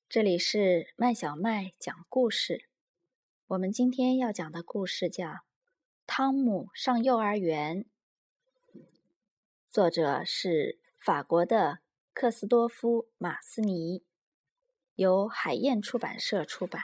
这里是麦小麦讲故事。我们今天要讲的故事叫《汤姆上幼儿园》，作者是法国的克斯多夫·马斯尼，由海燕出版社出版。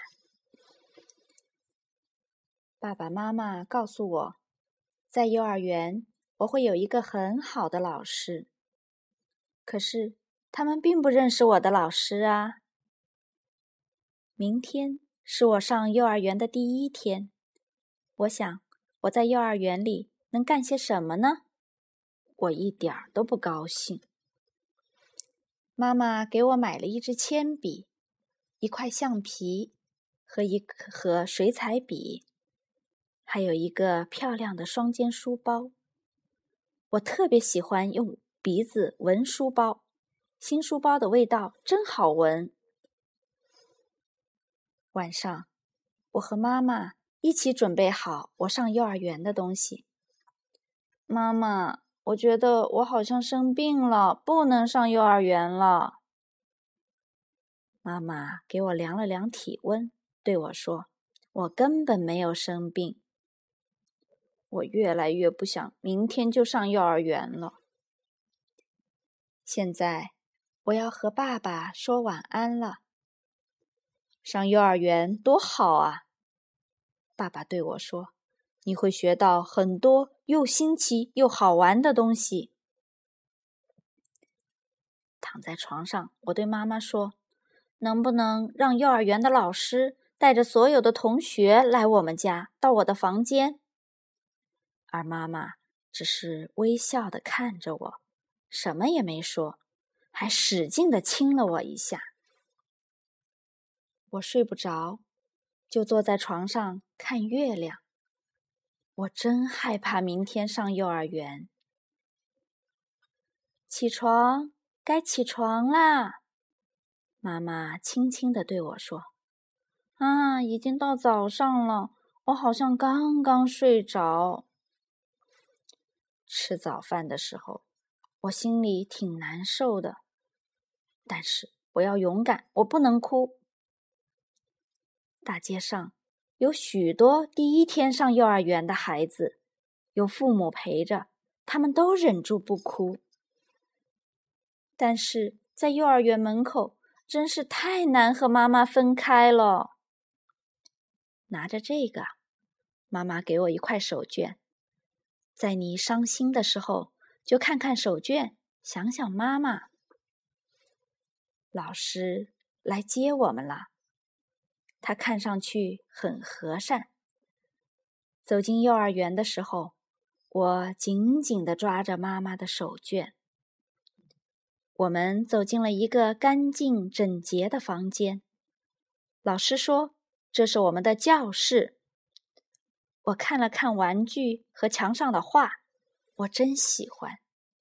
爸爸妈妈告诉我，在幼儿园我会有一个很好的老师，可是他们并不认识我的老师啊。明天是我上幼儿园的第一天，我想我在幼儿园里能干些什么呢？我一点儿都不高兴。妈妈给我买了一支铅笔、一块橡皮和一盒水彩笔，还有一个漂亮的双肩书包。我特别喜欢用鼻子闻书包，新书包的味道真好闻。晚上，我和妈妈一起准备好我上幼儿园的东西。妈妈，我觉得我好像生病了，不能上幼儿园了。妈妈给我量了量体温，对我说，我根本没有生病。我越来越不想明天就上幼儿园了。现在，我要和爸爸说晚安了。上幼儿园多好啊！爸爸对我说，你会学到很多又新奇又好玩的东西。躺在床上，我对妈妈说，能不能让幼儿园的老师带着所有的同学来我们家，到我的房间？而妈妈只是微笑地看着我，什么也没说，还使劲地亲了我一下。我睡不着，就坐在床上看月亮。我真害怕明天上幼儿园。起床，该起床啦！妈妈轻轻地对我说。已经到早上了，我好像刚刚睡着。吃早饭的时候，我心里挺难受的，但是我要勇敢，我不能哭。大街上有许多第一天上幼儿园的孩子，有父母陪着，他们都忍住不哭。但是在幼儿园门口，真是太难和妈妈分开了。拿着这个，妈妈给我一块手绢，在你伤心的时候，就看看手绢，想想妈妈。老师来接我们了。他看上去很和善。走进幼儿园的时候，我紧紧地抓着妈妈的手绢。我们走进了一个干净整洁的房间。老师说，这是我们的教室。我看了看玩具和墙上的画，我真喜欢。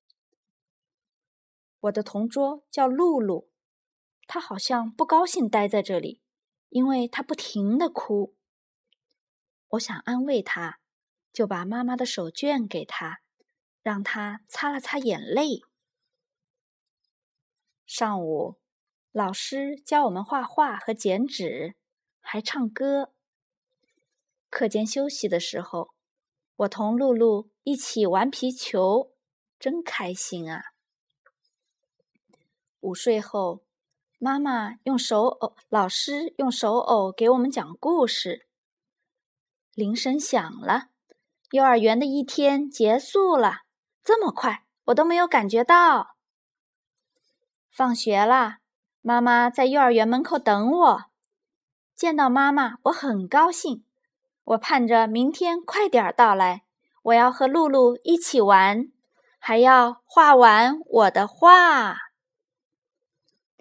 我的同桌叫露露，她好像不高兴待在这里，因为她不停地哭。我想安慰她，就把妈妈的手绢给她，让她擦了擦眼泪。上午，老师教我们画画和剪纸，还唱歌。课间休息的时候，我同露露一起玩皮球，真开心啊！午睡后，老师用手偶给我们讲故事。铃声响了，幼儿园的一天结束了，这么快，我都没有感觉到。放学了，妈妈在幼儿园门口等我。见到妈妈，我很高兴。我盼着明天快点到来，我要和露露一起玩，还要画完我的画。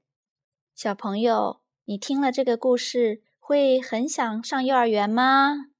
小朋友，你听了这个故事，会很想上幼儿园吗？